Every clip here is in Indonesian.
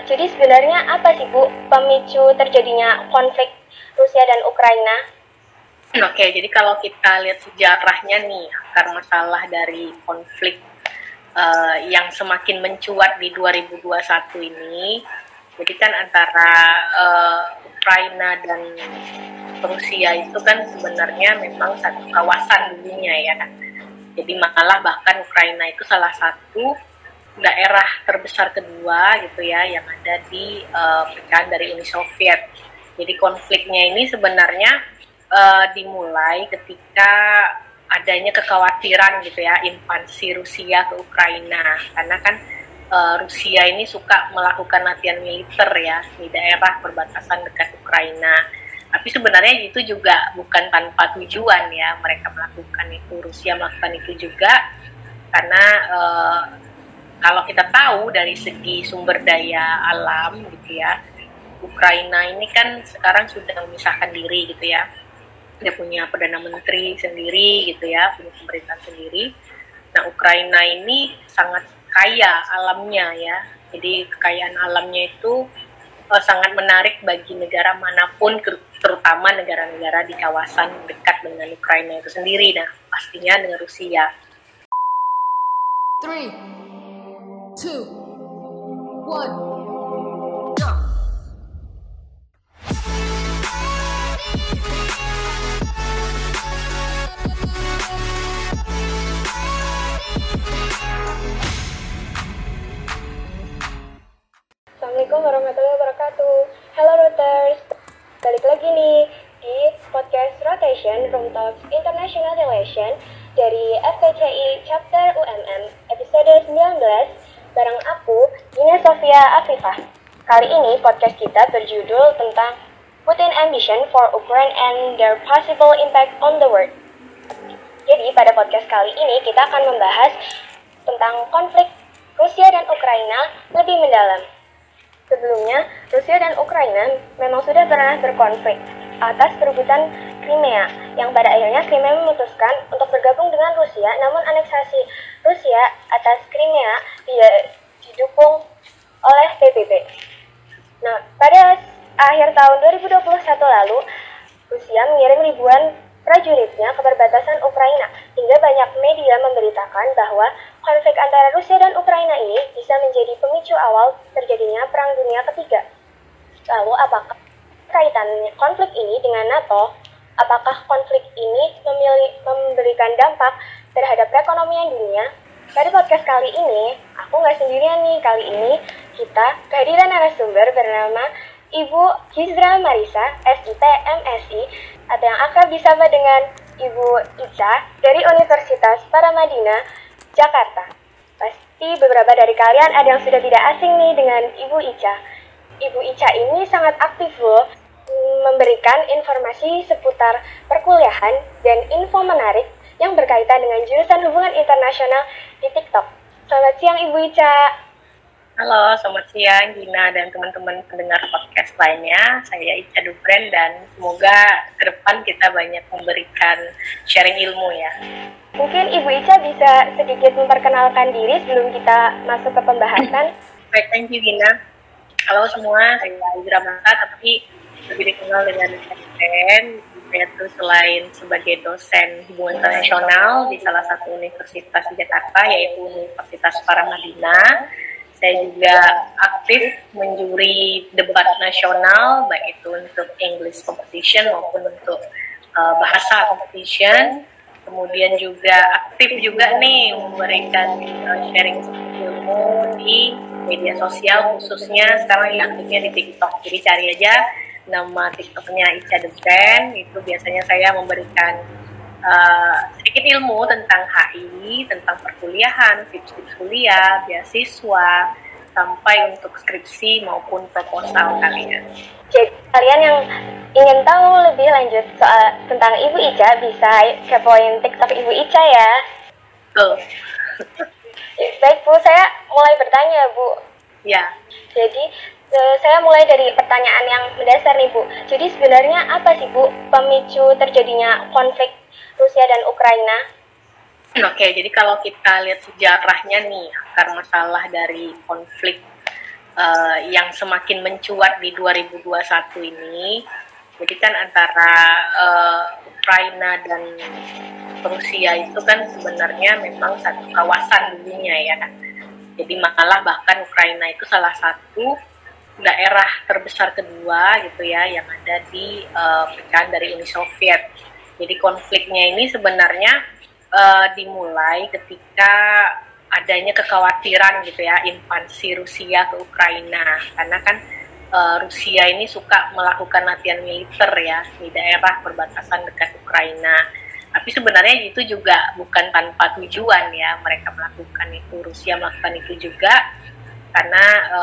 Jadi sebenarnya apa sih Bu pemicu terjadinya konflik Rusia dan Ukraina? Oke, jadi kalau kita lihat sejarahnya nih, akar masalah dari konflik yang semakin mencuat di 2021 ini, jadi kan antara Ukraina dan Rusia itu kan sebenarnya memang satu kawasan dulunya ya. Jadi malah bahkan Ukraina itu salah satu daerah terbesar kedua gitu ya yang ada di pecahan dari Uni Soviet. Jadi konfliknya ini sebenarnya dimulai ketika adanya kekhawatiran gitu ya invasi Rusia ke Ukraina, karena kan Rusia ini suka melakukan latihan militer ya di daerah perbatasan dekat Ukraina. Tapi sebenarnya itu juga bukan tanpa tujuan ya mereka melakukan itu, Rusia melakukan itu juga karena kalau kita tahu dari segi sumber daya alam gitu ya, Ukraina ini kan sekarang sudah memisahkan diri gitu ya. Dia punya perdana menteri sendiri gitu ya, punya pemerintahan sendiri. Nah, Ukraina ini sangat kaya alamnya ya. Jadi kekayaan alamnya itu sangat menarik bagi negara manapun, terutama negara-negara di kawasan dekat dengan Ukraina itu sendiri. Nah, pastinya dengan Rusia. 3, 2, 1. Assalamualaikum warahmatullahi wabarakatuh. Hello Routers, balik lagi nih di podcast Rotation Room Talks International Relation dari FKCI Chapter UMM episode 19 bareng aku, Gina Sofia Afifah. Kali ini podcast kita berjudul tentang Putin Ambition for Ukraine and their possible impact on the world. Jadi pada podcast kali ini kita akan membahas tentang konflik Rusia dan Ukraina lebih mendalam. Sebelumnya, Rusia dan Ukraina memang sudah pernah berkonflik atas perebutan Crimea, yang pada akhirnya Crimea memutuskan untuk bergabung dengan Rusia, namun aneksasi Rusia atas Crimea didukung oleh PBB. Nah, pada akhir tahun 2021 lalu, Rusia mengirim ribuan prajuritnya ke perbatasan Ukraina, hingga banyak media memberitakan bahwa konflik antara Rusia dan Ukraina ini bisa menjadi pemicu awal terjadinya Perang Dunia Ketiga. Lalu, apakah kaitannya konflik ini dengan NATO? Apakah konflik ini memberikan dampak terhadap perekonomian dunia? Pada podcast kali ini, aku nggak sendirian nih. Kali ini kita kehadiran narasumber bernama Ibu Hizra Marisa, SIP MSI, atau yang akrab disapa dengan Ibu Ica dari Universitas Paramadina, Jakarta. Pasti beberapa dari kalian ada yang sudah tidak asing nih dengan Ibu Ica. Ibu Ica ini sangat aktif loh, memberikan informasi seputar perkuliahan dan info menarik yang berkaitan dengan jurusan hubungan internasional di TikTok. Selamat siang Ibu Ica. Halo, selamat siang Gina dan teman-teman pendengar podcast lainnya. Saya Ica Dupren dan semoga ke depan kita banyak memberikan sharing ilmu ya. Mungkin Ibu Ica bisa sedikit memperkenalkan diri sebelum kita masuk ke pembahasan. Baik, thank you Gina. Halo semua, saya Hizra Marisa, tapi lebih dikenal dengan dosen, yaitu selain sebagai dosen hubungan internasional di salah satu universitas di Jakarta, yaitu Universitas Paramadina. Saya juga aktif menjuri debat nasional, baik itu untuk English competition maupun untuk bahasa competition. Kemudian juga aktif juga nih memberikan sharing ilmu di media sosial, khususnya sekarang yang aktifnya di TikTok. Jadi cari aja nama TikToknya Ica Dupren, itu biasanya saya memberikan sedikit ilmu tentang HI, tentang perkuliahan, tips-tips kuliah, beasiswa, sampai untuk skripsi maupun proposal kalian. Jadi kalian yang ingin tahu lebih lanjut soal tentang Ibu Ica bisa kepoin TikTok Ibu Ica ya. Tuh. Baik Bu, saya mulai bertanya Bu. Ya. Jadi saya mulai dari pertanyaan yang mendasar nih Bu. Jadi sebenarnya apa sih Bu pemicu terjadinya konflik Rusia dan Ukraina? Oke, jadi kalau kita lihat sejarahnya nih, akar masalah dari konflik yang semakin mencuat di 2021 ini. Jadi kan antara Ukraina dan Rusia itu kan sebenarnya memang satu kawasan dunia ya. Jadi malah bahkan Ukraina itu salah satu daerah terbesar kedua gitu ya yang ada di pecahan dari Uni Soviet. Jadi konfliknya ini sebenarnya dimulai ketika adanya kekhawatiran gitu ya invasi Rusia ke Ukraina, karena kan Rusia ini suka melakukan latihan militer ya di daerah perbatasan dekat Ukraina. Tapi sebenarnya itu juga bukan tanpa tujuan ya mereka melakukan itu. Rusia melakukan itu juga karena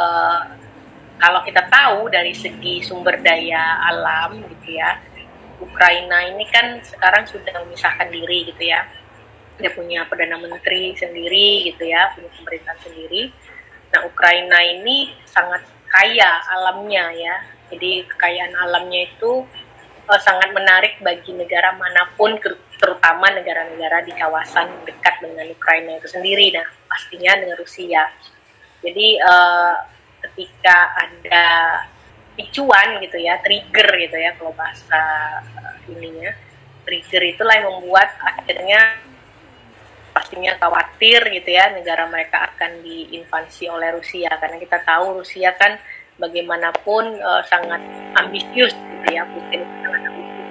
kalau kita tahu dari segi sumber daya alam gitu ya, Ukraina ini kan sekarang sudah memisahkan diri gitu ya. Dia punya perdana menteri sendiri gitu ya, punya pemerintahan sendiri. Nah, Ukraina ini sangat kaya alamnya ya. Jadi kekayaan alamnya itu sangat menarik bagi negara manapun, terutama negara-negara di kawasan dekat dengan Ukraina itu sendiri. Nah, pastinya dengan Rusia. Jadi ketika ada picuan gitu ya, trigger gitu ya kalau bahasa ininya, trigger itulah yang membuat akhirnya pastinya khawatir gitu ya negara mereka akan diinvasi oleh Rusia, karena kita tahu Rusia kan bagaimanapun sangat ambisius gitu ya. Putin sangat ambisius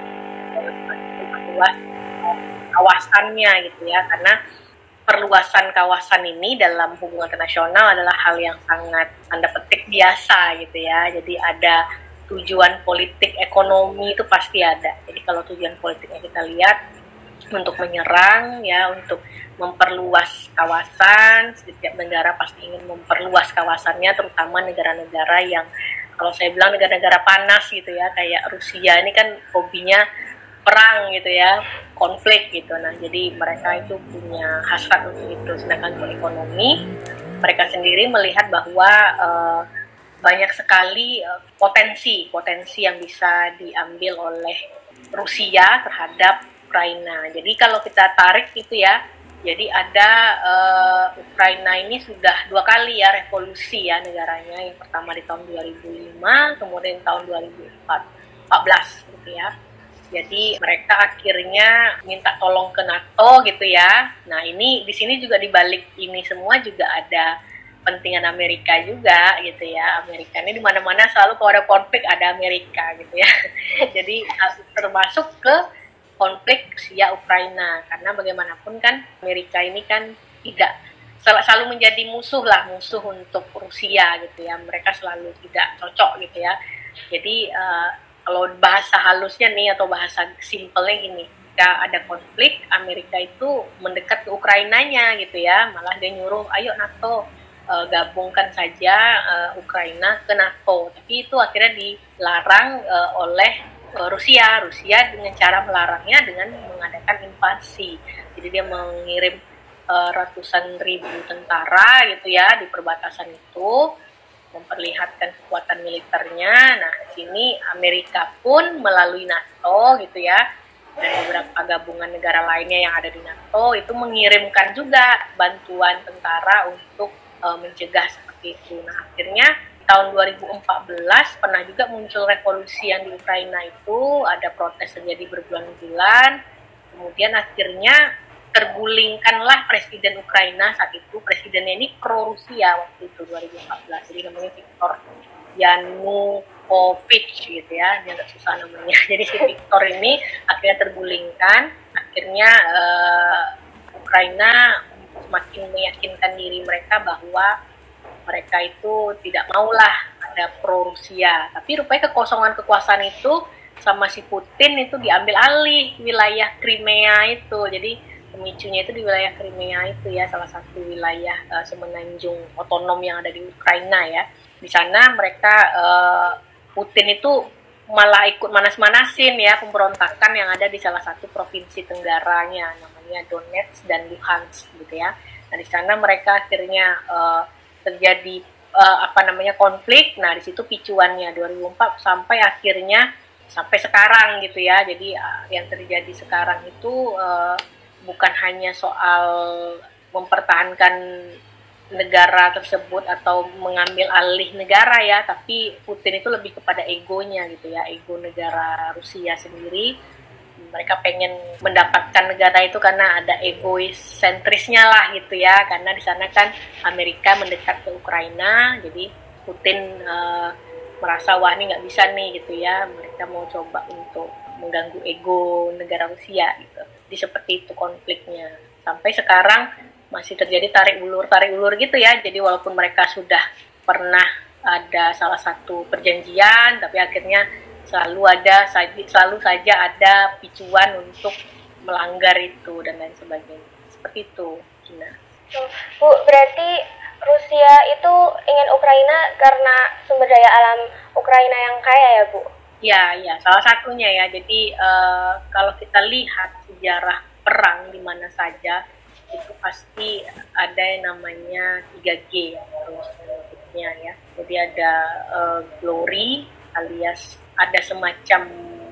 memperluas kawasannya gitu ya, karena perluasan kawasan ini dalam hubungan internasional adalah hal yang sangat tanda petik biasa gitu ya. Jadi ada tujuan politik ekonomi itu pasti ada. Jadi kalau tujuan politiknya kita lihat untuk menyerang ya, untuk memperluas kawasan, setiap negara pasti ingin memperluas kawasannya, terutama negara-negara yang kalau saya bilang negara-negara panas gitu ya, kayak Rusia ini kan hobinya perang gitu ya, konflik gitu. Nah, jadi mereka itu punya hasrat untuk itu. Sedangkan untuk ekonomi, mereka sendiri melihat bahwa banyak sekali potensi yang bisa diambil oleh Rusia terhadap Ukraina. Jadi kalau kita tarik itu ya, jadi ada Ukraina ini sudah 2 kali ya revolusi ya negaranya. Yang pertama di tahun 2005, kemudian tahun 2014 gitu ya. Jadi mereka akhirnya minta tolong ke NATO gitu ya. Nah ini di sini juga dibalik ini semua juga ada pentingan Amerika juga gitu ya. Amerika ini di mana-mana selalu kalau ada konflik ada Amerika gitu ya. Jadi termasuk ke konflik Rusia Ukraina, karena bagaimanapun kan Amerika ini kan tidak selalu menjadi musuh untuk Rusia gitu ya. Mereka selalu tidak cocok gitu ya. Jadi kalau bahasa halusnya nih atau bahasa simpelnya gini, ketika ada konflik Amerika itu mendekat ke Ukrainanya gitu ya, malah dia nyuruh ayo NATO gabungkan saja Ukraina ke NATO. Tapi itu akhirnya dilarang oleh Rusia dengan cara melarangnya dengan mengadakan invasi. Jadi dia mengirim ratusan ribu tentara gitu ya di perbatasan itu, memperlihatkan kekuatan militernya. Nah, di sini Amerika pun melalui NATO gitu ya, dan beberapa gabungan negara lainnya yang ada di NATO itu mengirimkan juga bantuan tentara untuk mencegah seperti itu. Nah, akhirnya tahun 2014 pernah juga muncul revolusi yang di Ukraina itu, ada protes terjadi berbulan-bulan, kemudian akhirnya tergulingkanlah presiden Ukraina saat itu. Presidennya ini pro-Rusia waktu itu 2014, jadi namanya Viktor Yanukovych gitu ya, dia agak susah namanya. Jadi si Viktor ini akhirnya tergulingkan, akhirnya Ukraina semakin meyakinkan diri mereka bahwa mereka itu tidak maulah ada pro-Rusia. Tapi rupanya kekosongan kekuasaan itu sama si Putin itu diambil alih wilayah Crimea itu. Jadi pemicunya itu di wilayah Crimea itu ya, salah satu wilayah semenanjung otonom yang ada di Ukraina ya. Di sana mereka Putin itu malah ikut manas-manasin ya pemberontakan yang ada di salah satu provinsi tenggaranya, namanya Donetsk dan Luhansk gitu ya. Nah di sana mereka akhirnya terjadi konflik. Nah di situ picuannya 2004 sampai akhirnya sampai sekarang gitu ya. Jadi yang terjadi sekarang itu bukan hanya soal mempertahankan negara tersebut atau mengambil alih negara ya, tapi Putin itu lebih kepada egonya gitu ya, ego negara Rusia sendiri. Mereka pengen mendapatkan negara itu karena ada egois sentrisnya lah gitu ya, karena di sana kan Amerika mendekat ke Ukraina, jadi Putin merasa wah ini nggak bisa nih gitu ya, mereka mau coba untuk mengganggu ego negara Rusia gitu. Jadi seperti itu konfliknya. Sampai sekarang masih terjadi tarik ulur gitu ya. Jadi walaupun mereka sudah pernah ada salah satu perjanjian, tapi akhirnya selalu saja ada picuan untuk melanggar itu dan lain sebagainya. Seperti itu, Gina. Bu, berarti Rusia itu ingin Ukraina karena sumber daya alam Ukraina yang kaya ya, Bu? Ya, salah satunya ya. Jadi kalau kita lihat sejarah perang di mana saja, itu pasti ada yang namanya 3G ya, ya. Jadi ada glory alias ada semacam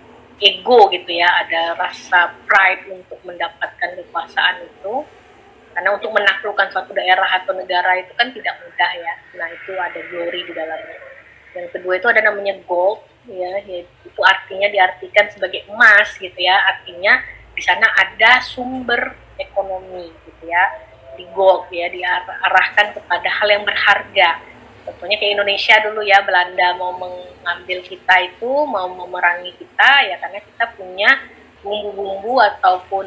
ego gitu ya, ada rasa pride untuk mendapatkan kekuasaan itu. Karena untuk menaklukkan suatu daerah atau negara itu kan tidak mudah ya. Nah itu ada glory di dalamnya. Yang kedua itu ada namanya gold ya, itu artinya diartikan sebagai emas gitu ya. Artinya di sana ada sumber ekonomi gitu ya. Di gold ya, diarahkan kepada hal yang berharga. Contohnya kayak Indonesia dulu ya, Belanda mau mengambil kita itu, mau memerangi kita ya karena kita punya bumbu-bumbu ataupun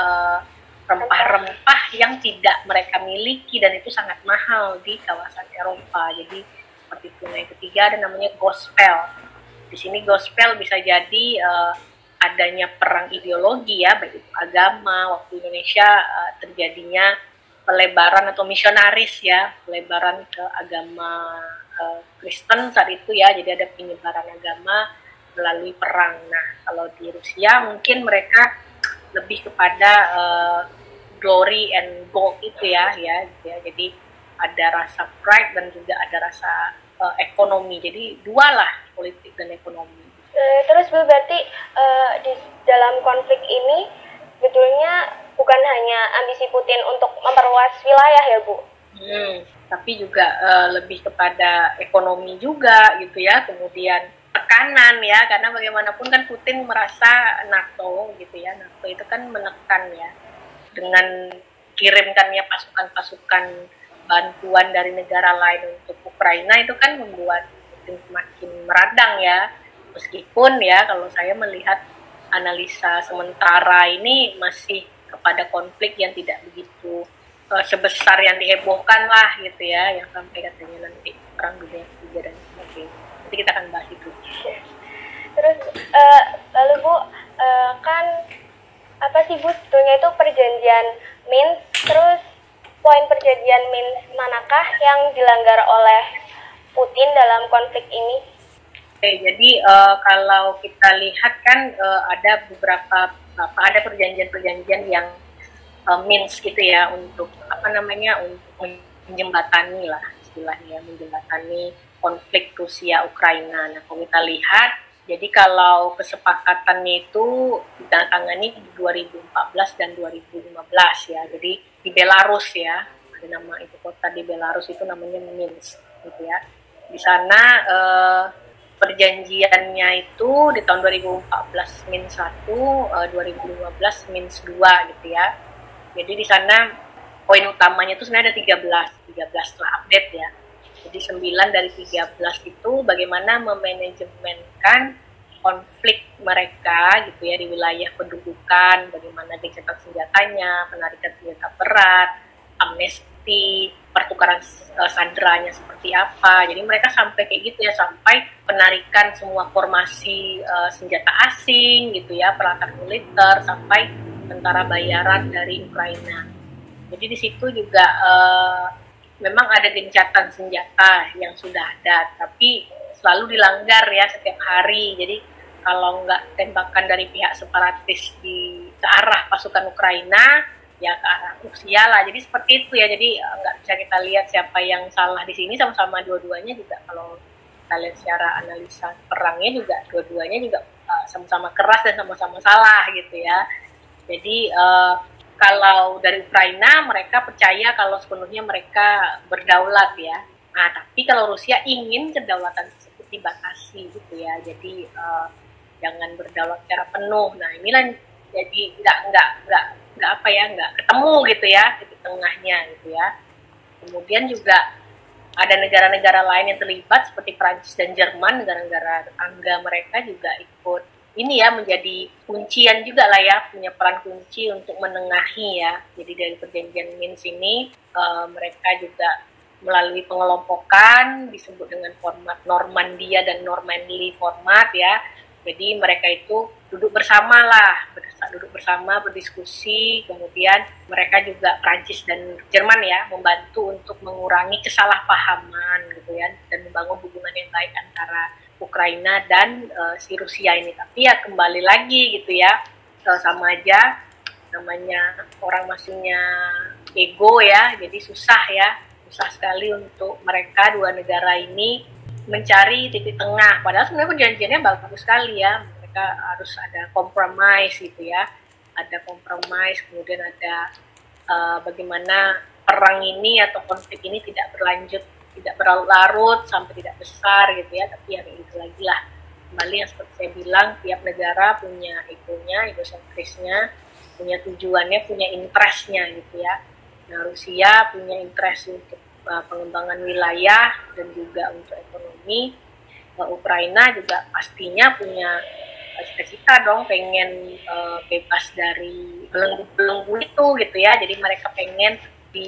rempah-rempah yang tidak mereka miliki dan itu sangat mahal di kawasan Eropa. Jadi seperti itu. Nah, yang ketiga ada namanya gospel. Di sini gospel bisa jadi adanya perang ideologi ya, baik itu agama. Waktu Indonesia terjadinya pelebaran atau misionaris ya, pelebaran ke agama Kristen saat itu ya, jadi ada penyebaran agama melalui perang. Nah, kalau di Rusia mungkin mereka lebih kepada glory and gold itu ya, gitu ya. Jadi ada rasa pride dan juga ada rasa ekonomi. Jadi dua lah, politik dan ekonomi. Terus Bu, berarti di dalam konflik ini sebetulnya bukan hanya ambisi Putin untuk memperluas wilayah ya Bu? Tapi juga lebih kepada ekonomi juga gitu ya, kemudian tekanan ya, karena bagaimanapun kan Putin merasa NATO gitu ya, NATO itu kan menekan ya, dengan kirimkannya pasukan-pasukan bantuan dari negara lain untuk Ukraina itu kan membuat Putin semakin meradang ya, meskipun ya kalau saya melihat analisa sementara ini masih kepada konflik yang tidak begitu sebesar yang dihebohkan lah gitu ya, yang sampai katanya nanti perang dunia ketiga dan sebagainya. Nanti kita akan bahas itu. Terus lalu Bu, kan apa sih Bu sebetulnya itu perjanjian Minsk, terus poin perjanjian Minsk manakah yang dilanggar oleh Putin dalam konflik ini? Oke, jadi kalau kita lihat kan ada beberapa ada perjanjian-perjanjian yang Minsk gitu ya, untuk untuk menjembatani lah istilahnya, menjembatani konflik Rusia Ukraina. Nah, kalau kita lihat, jadi kalau kesepakatannya itu ditandatangani di 2014 dan 2015 ya. Jadi di Belarus ya, ada nama ibu kota di Belarus itu namanya Minsk gitu ya. Di sana perjanjiannya itu di tahun 2014 Minsk 1, 2015 Minsk 2 gitu ya. Jadi di sana poin utamanya itu sebenarnya ada 13 telah update ya. Jadi 9 dari 13 itu bagaimana memanajemenkan konflik mereka gitu ya di wilayah pendudukan, bagaimana gencatan senjatanya, penarikan senjata berat, amnesti, pertukaran sanderanya seperti apa. Jadi mereka sampai kayak gitu ya, sampai penarikan semua formasi senjata asing gitu ya, peralatan militer, sampai tentara bayaran dari Ukraina. Jadi di situ juga memang ada gencatan senjata yang sudah ada, tapi selalu dilanggar ya setiap hari. Jadi kalau nggak tembakan dari pihak separatis ke arah pasukan Ukraina, ya ke arah Rusia lah. Jadi seperti itu ya. Jadi nggak bisa kita lihat siapa yang salah di sini, sama-sama dua-duanya juga. Kalau kita lihat secara analisa perangnya juga, dua-duanya juga sama-sama keras dan sama-sama salah gitu ya. Jadi kalau dari Ukraina mereka percaya kalau sepenuhnya mereka berdaulat ya. Nah, tapi kalau Rusia ingin kedaulatan tersebut dibatasi gitu ya. Jadi jangan berdaulat secara penuh. Nah, inilah jadi nggak apa ya, nggak ketemu gitu ya titik tengahnya gitu ya. Kemudian juga ada negara-negara lain yang terlibat seperti Prancis dan Jerman, negara-negara tetangga mereka juga ikut ini ya, menjadi kuncian juga lah ya, punya peran kunci untuk menengahi ya. Jadi dari perjanjian Minsk ini mereka juga melalui pengelompokan disebut dengan format Normandia dan Normandy format ya. Jadi mereka itu duduk bersama lah, duduk bersama berdiskusi, kemudian mereka juga Prancis dan Jerman ya membantu untuk mengurangi kesalahpahaman gitu ya, dan membangun hubungan yang baik antara Ukraina dan si Rusia ini. Tapi ya kembali lagi gitu ya, sama aja namanya orang masihnya ego ya, jadi susah sekali untuk mereka dua negara ini mencari titik tengah. Padahal sebenarnya perjanjiannya bagus sekali ya, mereka harus ada compromise gitu ya, ada compromise, kemudian ada bagaimana perang ini atau konflik ini tidak berlanjut, tidak berlarut sampai tidak besar gitu ya. Tapi yang itu lagi lah, kembali yang seperti saya bilang, tiap negara punya egonya, egosentrisnya, punya tujuannya, punya interestnya gitu ya. Nah, Rusia punya interest untuk pengembangan wilayah dan juga untuk ekonomi. Ukraina juga pastinya punya cita-cita dong, pengen bebas dari belenggu-belenggu itu gitu ya. Jadi mereka pengen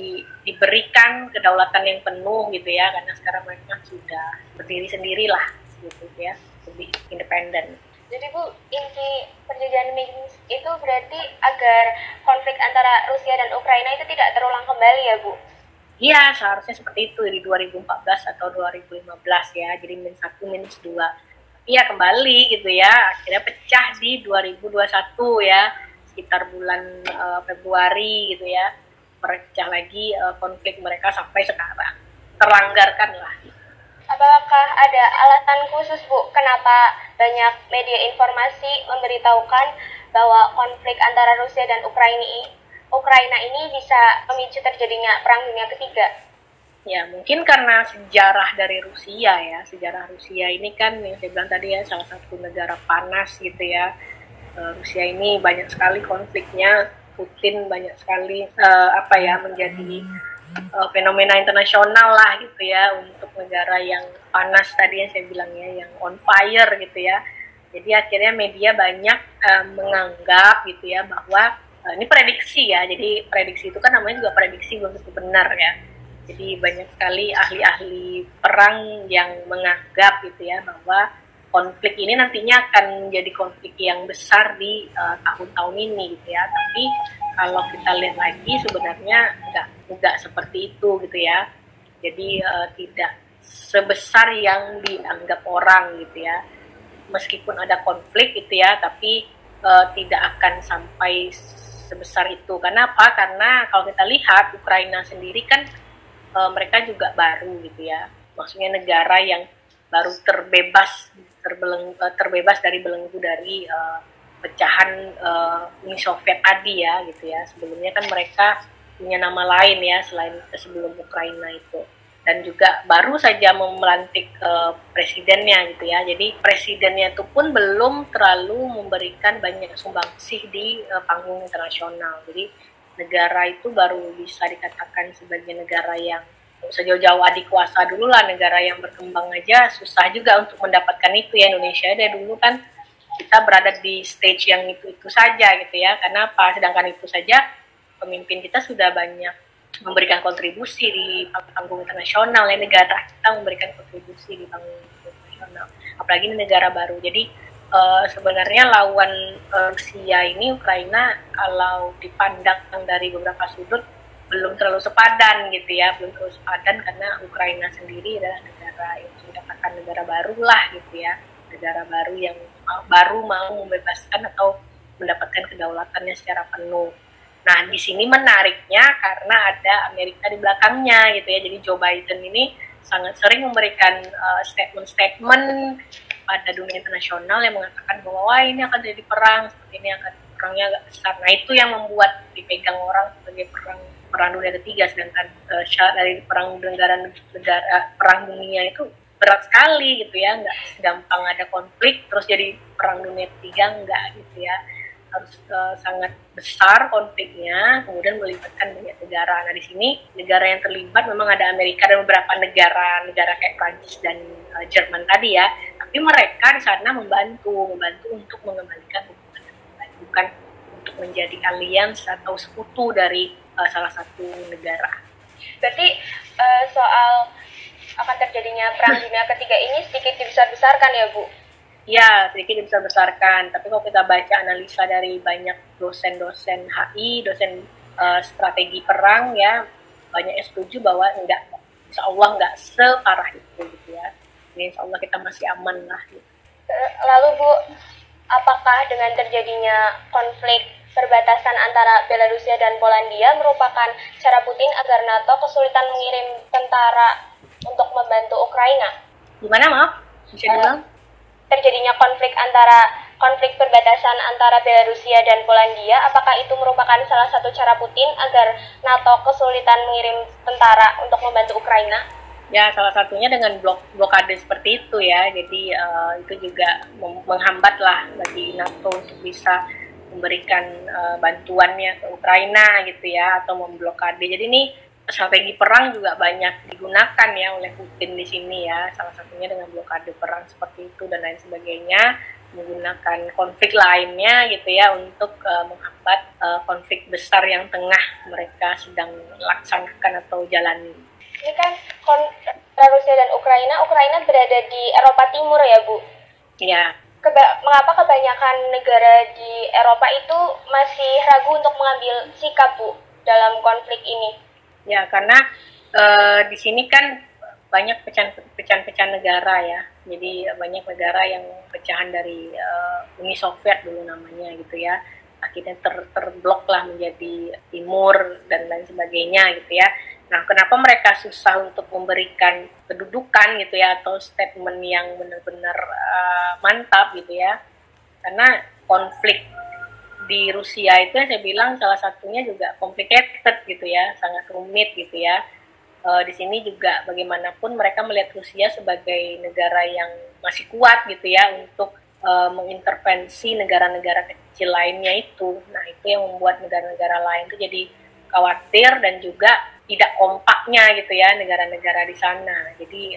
diberikan kedaulatan yang penuh gitu ya, karena sekarang mereka sudah berdiri sendiri lah gitu ya, lebih independen. Jadi Bu, inti perjanjian Minsk itu berarti agar konflik antara Rusia dan Ukraina itu tidak terulang kembali ya Bu? Iya, seharusnya seperti itu di 2014 atau 2015 ya, jadi Minsk 1, Minsk 2. Tapi ya kembali gitu ya, akhirnya pecah di 2021 ya, sekitar bulan Februari gitu ya, pecah lagi konflik mereka sampai sekarang, terlanggarkan lah. Apakah ada alasan khusus Bu, kenapa banyak media informasi memberitahukan bahwa konflik antara Rusia dan Ukraina ini bisa memicu terjadinya Perang Dunia Ketiga? Ya, mungkin karena sejarah dari Rusia ya. Sejarah Rusia ini kan yang saya bilang tadi ya, salah satu negara panas gitu ya. Rusia ini banyak sekali konfliknya, Putin banyak sekali menjadi fenomena internasional lah gitu ya, untuk negara yang panas tadi yang saya bilang ya, yang on fire gitu ya. Jadi akhirnya media banyak menganggap gitu ya bahwa ini prediksi ya, jadi prediksi itu kan namanya juga prediksi, belum tentu benar ya. Jadi banyak sekali ahli-ahli perang yang menganggap gitu ya bahwa konflik ini nantinya akan menjadi konflik yang besar di tahun-tahun ini gitu ya. Tapi kalau kita lihat lagi sebenarnya enggak seperti itu gitu ya. Jadi tidak sebesar yang dianggap orang gitu ya. Meskipun ada konflik gitu ya, tapi tidak akan sampai sebesar itu. Kenapa? Karena kalau kita lihat Ukraina sendiri kan mereka juga baru gitu ya. Maksudnya negara yang baru terbebas dari belenggu dari pecahan Uni Soviet tadi ya gitu ya. Sebelumnya kan mereka punya nama lain ya selain sebelum Ukraina itu. Dan juga baru saja melantik presidennya gitu ya. Jadi presidennya itu pun belum terlalu memberikan banyak sumbangsih di panggung internasional. Jadi negara itu baru bisa dikatakan sebagai negara yang sejauh-jauh adik kuasa dulu lah, negara yang berkembang aja susah juga untuk mendapatkan itu ya. Indonesia dari dulu kan kita berada di stage yang itu saja gitu ya. Karena apa? Sedangkan itu saja pemimpin kita sudah banyak memberikan kontribusi di panggung internasional ya, negara kita memberikan kontribusi di panggung internasional, apalagi di negara baru. Jadi sebenarnya lawan Rusia ini, Ukraina, kalau dipandang dari beberapa sudut belum terlalu sepadan gitu ya, belum terlalu sepadan karena Ukraina sendiri adalah negara yang sudah katakan negara baru lah gitu ya, negara baru yang baru mau membebaskan atau mendapatkan kedaulatannya secara penuh. Nah, di sini menariknya karena ada Amerika di belakangnya gitu ya. Jadi Joe Biden ini sangat sering memberikan statement-statement pada dunia internasional yang mengatakan bahwa wah ini akan jadi perang, seperti ini akan perangnya agak besar. Nah itu yang membuat dipegang orang sebagai perang dunia ketiga, sedangkan syarat dari perang dunia itu berat sekali gitu ya, nggak segampang ada konflik terus jadi perang dunia ketiga, enggak gitu ya, harus sangat besar konfliknya, kemudian melibatkan banyak negara. Nah di sini negara yang terlibat memang ada Amerika dan beberapa negara kayak Prancis dan Jerman tadi ya, tapi mereka di sana membantu untuk mengembalikan hubungan dengan baik, bukan untuk menjadi alliance atau sekutu dari salah satu negara. Berarti soal akan terjadinya perang dunia ketiga ini sedikit dibesar-besarkan ya Bu? Ya, sedikit dibesar-besarkan. Tapi kalau kita baca analisa dari banyak dosen-dosen HI, dosen strategi perang ya, banyak yang setuju bahwa insya Allah enggak separah itu gitu ya. Ini insya Allah kita masih aman lah gitu. Lalu Bu, apakah dengan terjadinya konflik perbatasan antara Belarusia dan Polandia merupakan cara Putin agar NATO kesulitan mengirim tentara untuk membantu Ukraina? Gimana, maaf? Bisa diulang? Terjadinya konflik perbatasan antara Belarusia dan Polandia, apakah itu merupakan salah satu cara Putin agar NATO kesulitan mengirim tentara untuk membantu Ukraina? Ya, salah satunya dengan blokade seperti itu ya. Jadi itu juga menghambat lah bagi NATO untuk bisa memberikan bantuannya ke Ukraina gitu ya, atau memblokade. Jadi ini strategi perang juga banyak digunakan ya oleh Putin di sini ya, salah satunya dengan blokade perang seperti itu dan lain sebagainya, menggunakan konflik lainnya gitu ya untuk menghambat konflik besar yang tengah mereka sedang laksanakan atau jalani. Ini kan Rusia dan Ukraina berada di Eropa Timur ya Bu? Iya. Mengapa kebanyakan negara di Eropa itu masih ragu untuk mengambil sikap Bu dalam konflik ini? Ya, karena di sini kan banyak pecahan negara ya. Jadi banyak negara yang pecahan dari Uni Soviet dulu namanya gitu ya. Akhirnya terblok lah menjadi Timur dan lain sebagainya gitu ya. Nah, kenapa mereka susah untuk memberikan kedudukan gitu ya, atau statement yang benar-benar mantap gitu ya. Karena konflik di Rusia itu yang saya bilang salah satunya juga complicated gitu ya, sangat rumit gitu ya. Di sini juga bagaimanapun mereka melihat Rusia sebagai negara yang masih kuat gitu ya untuk mengintervensi negara-negara kecil lainnya itu. Nah itu yang membuat negara-negara lain itu jadi khawatir dan juga tidak kompaknya gitu ya negara-negara di sana. Jadi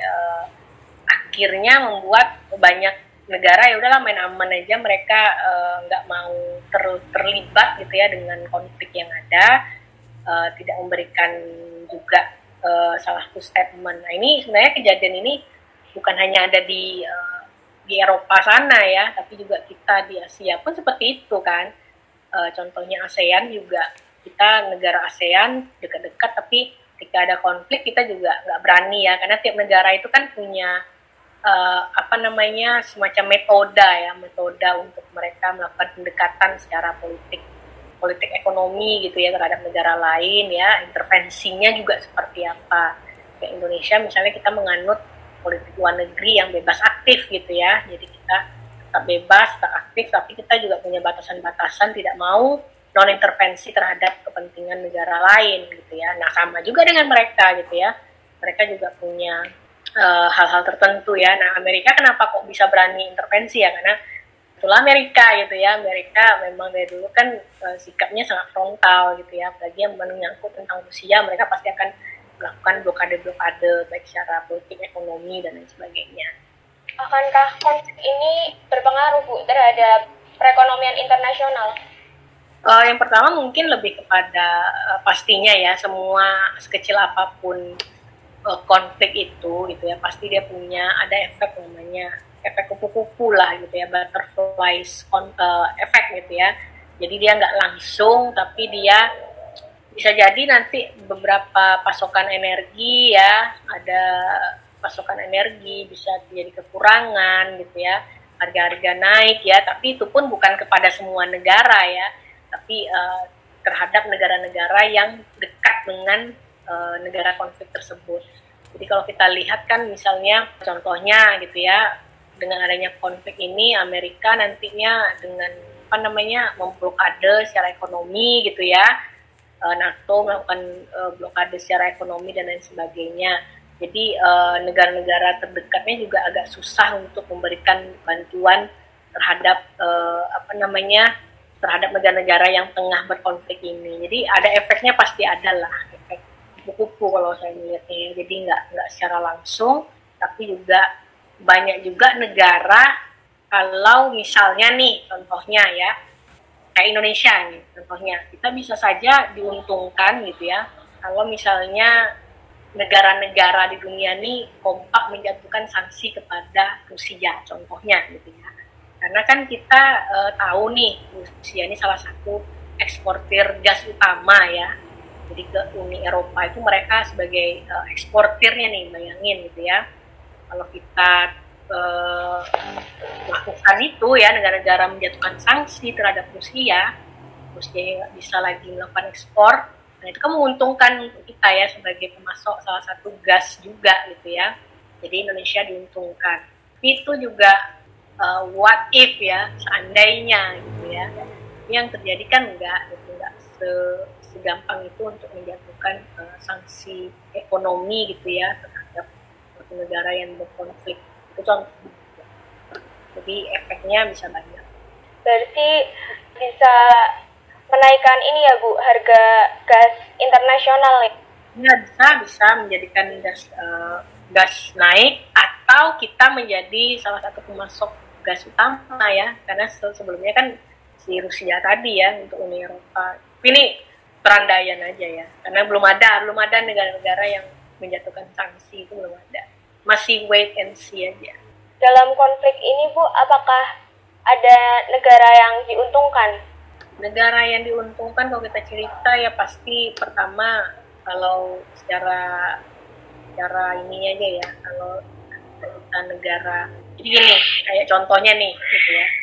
akhirnya membuat banyak negara ya udahlah main aman aja, mereka nggak mau terlibat gitu ya dengan konflik yang ada, tidak memberikan juga salah satu statement. Nah ini sebenarnya kejadian ini bukan hanya ada di Eropa sana ya, tapi juga kita di Asia pun seperti itu kan. Contohnya ASEAN juga, kita negara ASEAN dekat-dekat, tapi ketika ada konflik kita juga nggak berani ya, karena tiap negara itu kan punya semacam metode untuk mereka melakukan pendekatan secara politik ekonomi gitu ya terhadap negara lain ya, intervensinya juga seperti apa. Kayak Indonesia misalnya kita menganut politik luar negeri yang bebas aktif gitu ya, jadi kita tetap bebas, tetap aktif, tapi kita juga punya batasan-batasan, tidak mau non intervensi terhadap kepentingan negara lain gitu ya. Nah sama juga dengan mereka gitu ya, mereka juga punya hal-hal tertentu ya. Nah Amerika kenapa kok bisa berani intervensi ya, karena itulah Amerika gitu ya. Amerika memang dari dulu kan sikapnya sangat frontal gitu ya, apalagi yang menyangkut tentang Rusia, mereka pasti akan melakukan blokade baik secara politik, ekonomi dan lain sebagainya. Akankah konflik ini berpengaruh Bu terhadap perekonomian internasional? Yang pertama mungkin lebih kepada pastinya ya, semua sekecil apapun konflik itu gitu ya, pasti dia punya ada efek namanya efek kupu-kupu lah gitu ya, butterflies efek gitu ya. Jadi dia nggak langsung, tapi dia bisa jadi nanti beberapa pasokan energi ya, ada pasokan energi bisa jadi kekurangan gitu ya, harga-harga naik ya, tapi itu pun bukan kepada semua negara ya, tapi terhadap negara-negara yang dekat dengan negara konflik tersebut. Jadi kalau kita lihat kan misalnya contohnya gitu ya, dengan adanya konflik ini Amerika nantinya dengan memblokade secara ekonomi gitu ya. NATO melakukan blokade secara ekonomi dan lain sebagainya. Jadi negara-negara terdekatnya juga agak susah untuk memberikan bantuan terhadap terhadap negara-negara yang tengah berkonflik ini. Jadi ada efeknya, pasti ada lah, efek kupu-kupu kalau saya melihatnya. Jadi nggak secara langsung, tapi juga banyak juga negara, kalau misalnya nih contohnya ya, kayak Indonesia nih contohnya, kita bisa saja diuntungkan gitu ya, kalau misalnya negara-negara di dunia ini kompak menjatuhkan sanksi kepada Rusia contohnya gitu ya. Karena kan kita tahu nih, Rusia ini salah satu eksportir gas utama ya. Jadi ke Uni Eropa itu mereka sebagai eksportirnya nih, bayangin gitu ya. Kalau kita lakukan itu ya, negara-negara menjatuhkan sanksi terhadap Rusia nggak bisa lagi melakukan ekspor. Nah itu kan menguntungkan untuk kita ya sebagai pemasok salah satu gas juga gitu ya. Jadi Indonesia diuntungkan. Tapi itu juga what if ya, seandainya gitu ya. Yang terjadi kan enggak segampang itu untuk menjatuhkan sanksi ekonomi gitu ya terhadap suatu negara yang berkonflik. Itu contoh. Jadi efeknya bisa banyak. Berarti bisa menaikkan ini ya Bu, harga gas internasional ya? Ya bisa menjadikan gas naik, atau kita menjadi salah satu pemasok gas utama ya, karena sebelumnya kan si Rusia tadi ya untuk Uni Eropa. Tapi ini perandaian aja ya, karena belum ada negara-negara yang menjatuhkan sanksi, itu belum ada. Masih wait and see aja. Dalam konflik ini Bu, apakah ada negara yang diuntungkan? Negara yang diuntungkan kalau kita cerita ya pasti pertama kalau secara ini aja ya, kalau kita negara, jadi gini kayak contohnya nih gitu ya,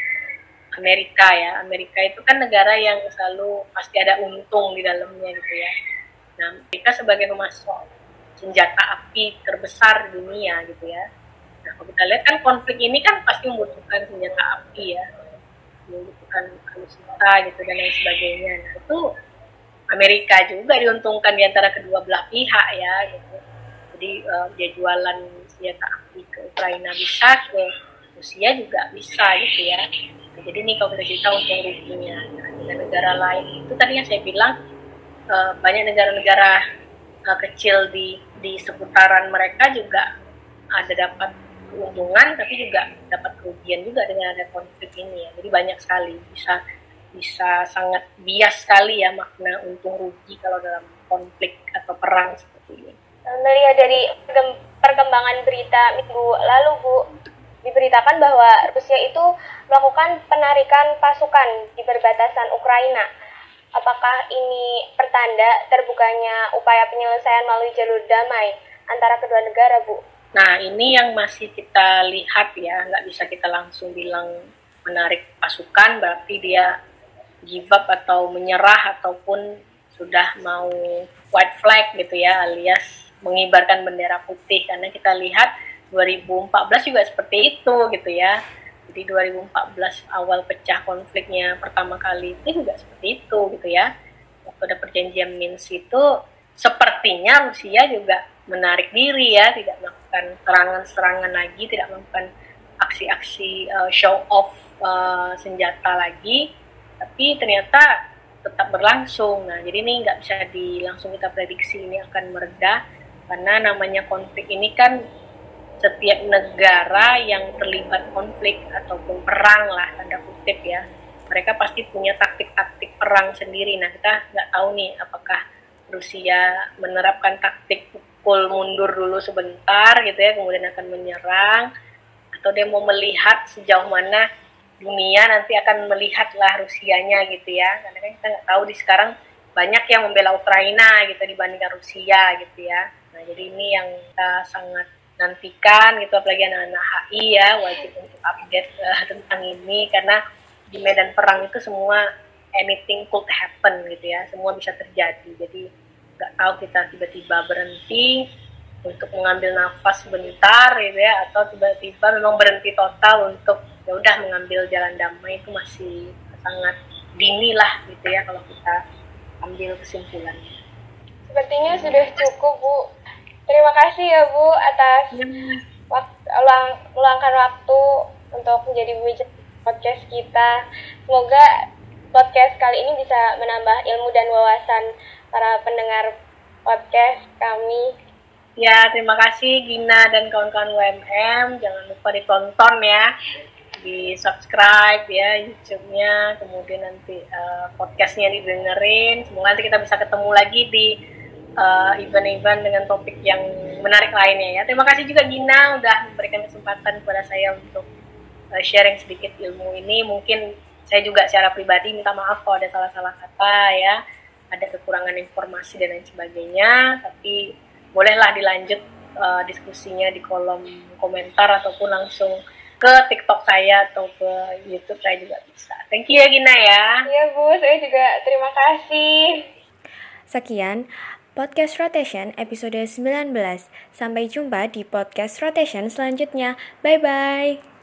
Amerika itu kan negara yang selalu pasti ada untung di dalamnya gitu ya. Nah Amerika sebagai pemasok senjata api terbesar di dunia gitu ya. Nah kalau kita lihat kan konflik ini kan pasti membutuhkan senjata api ya, membutuhkan alutsista gitu dan lain sebagainya. Nah itu Amerika juga diuntungkan di antara kedua belah pihak ya gitu. Jadi dia jualan senjata api ke Ukraina bisa, ke Rusia juga bisa gitu ya. Nah, jadi ini kalau kita cerita untung ruginya. Nah, dengan negara lain itu tadi yang saya bilang banyak negara-negara kecil di seputaran mereka juga ada dapat keuntungan, tapi juga dapat kerugian juga dengan ada konflik ini ya. Jadi banyak sekali, bisa sangat bias sekali ya makna untung rugi kalau dalam konflik atau perang seperti ini. Melihat dari perkembangan berita minggu lalu Bu, diberitakan bahwa Rusia itu melakukan penarikan pasukan di perbatasan Ukraina. Apakah ini pertanda terbukanya upaya penyelesaian melalui jalur damai antara kedua negara Bu? Nah ini yang masih kita lihat ya, nggak bisa kita langsung bilang menarik pasukan berarti dia give up atau menyerah ataupun sudah mau white flag gitu ya, alias mengibarkan bendera putih, karena kita lihat 2014 juga seperti itu gitu ya. Jadi 2014 awal pecah konfliknya pertama kali itu juga seperti itu gitu ya. Waktu ada perjanjian Minsk itu sepertinya Rusia juga menarik diri ya, tidak melakukan serangan-serangan lagi, tidak melakukan aksi-aksi show off senjata lagi, tapi ternyata tetap berlangsung. Nah jadi ini nggak bisa langsung kita prediksi ini akan mereda, karena namanya konflik ini kan setiap negara yang terlibat konflik ataupun perang lah tanda kutip ya, mereka pasti punya taktik-taktik perang sendiri. Nah kita nggak tahu nih apakah Rusia menerapkan taktik pukul mundur dulu sebentar gitu ya, kemudian akan menyerang, atau dia mau melihat sejauh mana dunia nanti akan melihatlah Rusianya gitu ya, karena kan kita nggak tahu di sekarang banyak yang membela Ukraina gitu dibandingkan Rusia gitu ya. Nah jadi ini yang kita sangat nantikan gitu, apalagi anak-anak HI ya wajib untuk update tentang ini, karena di medan perang itu semua anything could happen gitu ya, semua bisa terjadi. Jadi nggak tahu kita tiba-tiba berhenti untuk mengambil nafas sebentar gitu ya, atau tiba-tiba memang berhenti total untuk ya udah mengambil jalan damai, itu masih sangat dini lah gitu ya kalau kita ambil kesimpulannya. Sepertinya sudah cukup, Bu. Terima kasih ya, Bu, atas meluangkan waktu untuk menjadi pembicara podcast kita. Semoga podcast kali ini bisa menambah ilmu dan wawasan para pendengar podcast kami. Ya, terima kasih Gina dan kawan-kawan UMM. Jangan lupa ditonton ya, di subscribe ya YouTube-nya, kemudian nanti podcastnya didengerin. Semoga nanti kita bisa ketemu lagi di event-event dengan topik yang menarik lainnya ya. Terima kasih juga Gina udah memberikan kesempatan kepada saya untuk sharing sedikit ilmu ini. Mungkin saya juga secara pribadi minta maaf kalau ada salah-salah kata ya, ada kekurangan informasi dan lain sebagainya, tapi bolehlah dilanjut diskusinya di kolom komentar ataupun langsung ke TikTok saya atau ke YouTube saya juga bisa. Thank you ya Gina ya. Iya Bu, saya juga terima kasih. Sekian Podcast Rotation episode 19. Sampai jumpa di Podcast Rotation selanjutnya. Bye-bye.